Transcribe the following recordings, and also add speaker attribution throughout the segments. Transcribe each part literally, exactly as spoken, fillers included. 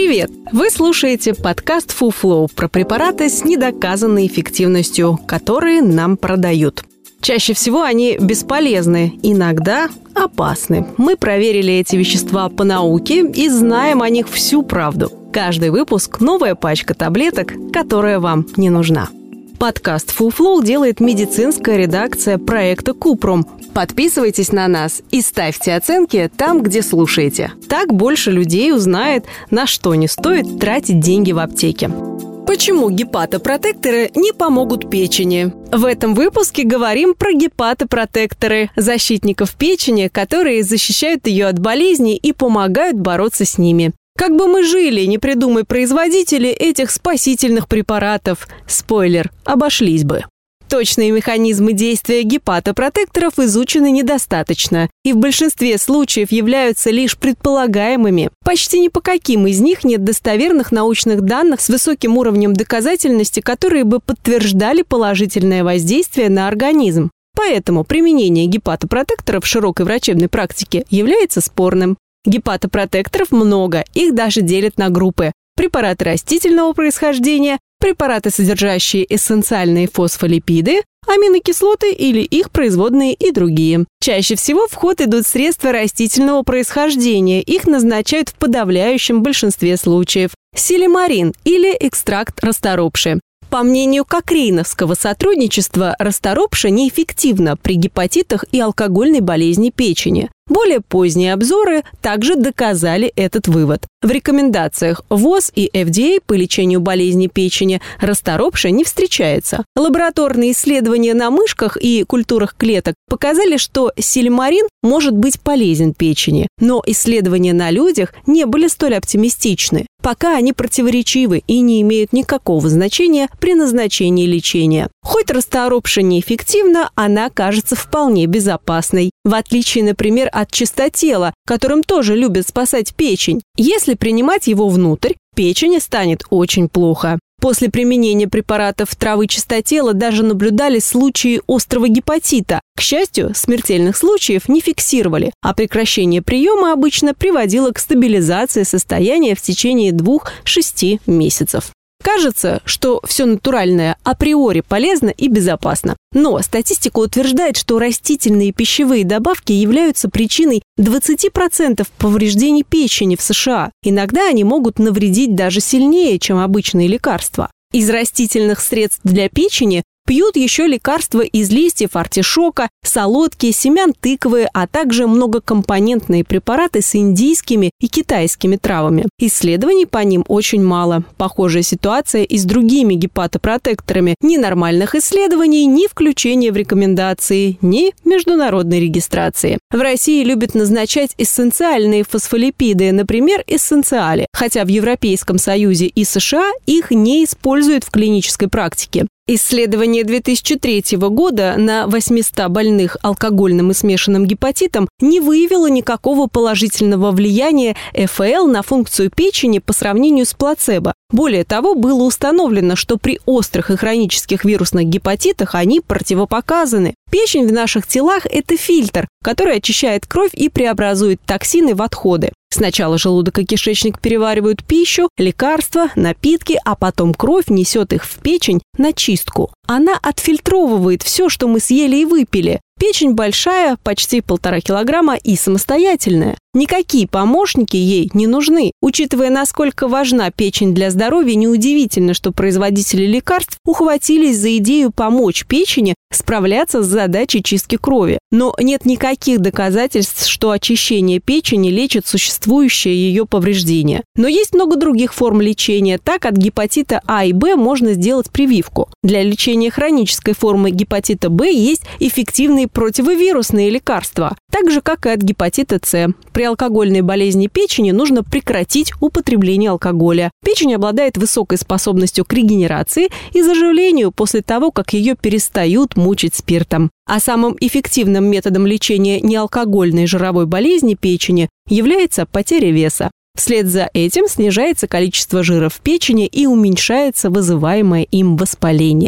Speaker 1: Привет! Вы слушаете подкаст «Фуфлоу» про препараты с недоказанной эффективностью, которые нам продают. Чаще всего они бесполезны, иногда опасны. Мы проверили эти вещества по науке и знаем о них всю правду. Каждый выпуск – новая пачка таблеток, которая вам не нужна. Подкаст «Фуфлоу» делает медицинская редакция проекта «Купрум». Подписывайтесь на нас и ставьте оценки там, где слушаете. Так больше людей узнает, на что не стоит тратить деньги в аптеке. Почему гепатопротекторы не помогут печени? В этом выпуске говорим про гепатопротекторы, защитников печени, которые защищают ее от болезней и помогают бороться с ними. Как бы мы жили, не придумай производители этих спасительных препаратов. Спойлер, обошлись бы. Точные механизмы действия гепатопротекторов изучены недостаточно и в большинстве случаев являются лишь предполагаемыми. Почти ни по каким из них нет достоверных научных данных с высоким уровнем доказательности, которые бы подтверждали положительное воздействие на организм. Поэтому применение гепатопротекторов в широкой врачебной практике является спорным. Гепатопротекторов много, их даже делят на группы. Препараты растительного происхождения, препараты, содержащие эссенциальные фосфолипиды, аминокислоты или их производные и другие. Чаще всего в ход идут средства растительного происхождения, их назначают в подавляющем большинстве случаев. Силимарин или экстракт расторопши. По мнению Кокрейновского сотрудничества, расторопша неэффективна при гепатитах и алкогольной болезни печени. Более поздние обзоры также доказали этот вывод. В рекомендациях ВОЗ и эф ди эй по лечению болезни печени расторопша не встречается. Лабораторные исследования на мышках и культурах клеток показали, что силимарин может быть полезен печени, но исследования на людях не были столь оптимистичны. Пока они противоречивы и не имеют никакого значения при назначении лечения. Хоть расторопша неэффективна, она кажется вполне безопасной. В отличие, например, от чистотела, которым тоже любят спасать печень. Если принимать его внутрь, печени станет очень плохо. После применения препаратов травы чистотела даже наблюдали случаи острого гепатита. К счастью, смертельных случаев не фиксировали, а прекращение приема обычно приводило к стабилизации состояния в течение двух-шести месяцев. Кажется, что все натуральное априори полезно и безопасно. Но статистика утверждает, что растительные пищевые добавки являются причиной двадцати процентов повреждений печени в США. Иногда они могут навредить даже сильнее, чем обычные лекарства. Из растительных средств для печени пьют еще лекарства из листьев артишока, солодки, семян тыквы, а также многокомпонентные препараты с индийскими и китайскими травами. Исследований по ним очень мало. Похожая ситуация и с другими гепатопротекторами. Ни нормальных исследований, ни включения в рекомендации, ни международной регистрации. В России любят назначать эссенциальные фосфолипиды, например, эссенциали, хотя в Европейском Союзе и США их не используют в клинической практике. Исследование две тысячи третьего года на восьмистах больных алкогольным и смешанным гепатитом не выявило никакого положительного влияния эф эл на функцию печени по сравнению с плацебо. Более того, было установлено, что при острых и хронических вирусных гепатитах они противопоказаны. Печень в наших телах – это фильтр, который очищает кровь и преобразует токсины в отходы. Сначала желудок и кишечник переваривают пищу, лекарства, напитки, а потом кровь несет их в печень на чистку. Она отфильтровывает все, что мы съели и выпили. Печень большая, почти полтора килограмма, и самостоятельная. Никакие помощники ей не нужны. Учитывая, насколько важна печень для здоровья, неудивительно, что производители лекарств ухватились за идею помочь печени справляться с задачей чистки крови. Но нет никаких доказательств, что очищение печени лечит существующее ее повреждение. Но есть много других форм лечения. Так, от гепатита А и Б можно сделать прививку. Для лечения хронической формы гепатита Б есть эффективные противовирусные лекарства, так же, как и от гепатита С. При алкогольной болезни печени нужно прекратить употребление алкоголя. Печень обладает высокой способностью к регенерации и заживлению после того, как ее перестают мучить спиртом. А самым эффективным методом лечения неалкогольной жировой болезни печени является потеря веса. Вслед за этим снижается количество жира в печени и уменьшается вызываемое им воспаление.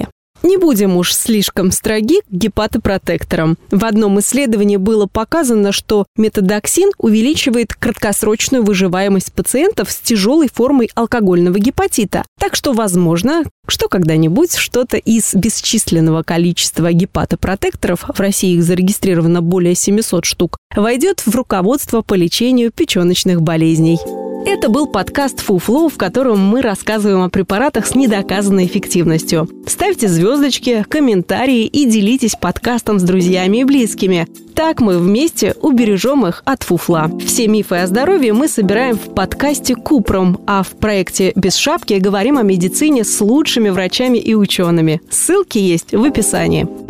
Speaker 1: Не будем уж слишком строги к гепатопротекторам. В одном исследовании было показано, что методоксин увеличивает краткосрочную выживаемость пациентов с тяжелой формой алкогольного гепатита. Так что, возможно, что когда-нибудь что-то из бесчисленного количества гепатопротекторов, в России их зарегистрировано более семисот штук, войдет в руководство по лечению печеночных болезней. Это был подкаст «Фуфло», в котором мы рассказываем о препаратах с недоказанной эффективностью. Ставьте звездочки, комментарии и делитесь подкастом с друзьями и близкими. Так мы вместе убережем их от фуфла. Все мифы о здоровье мы собираем в подкасте «Купром», а в проекте «Без шапки» говорим о медицине с лучшими врачами и учеными. Ссылки есть в описании.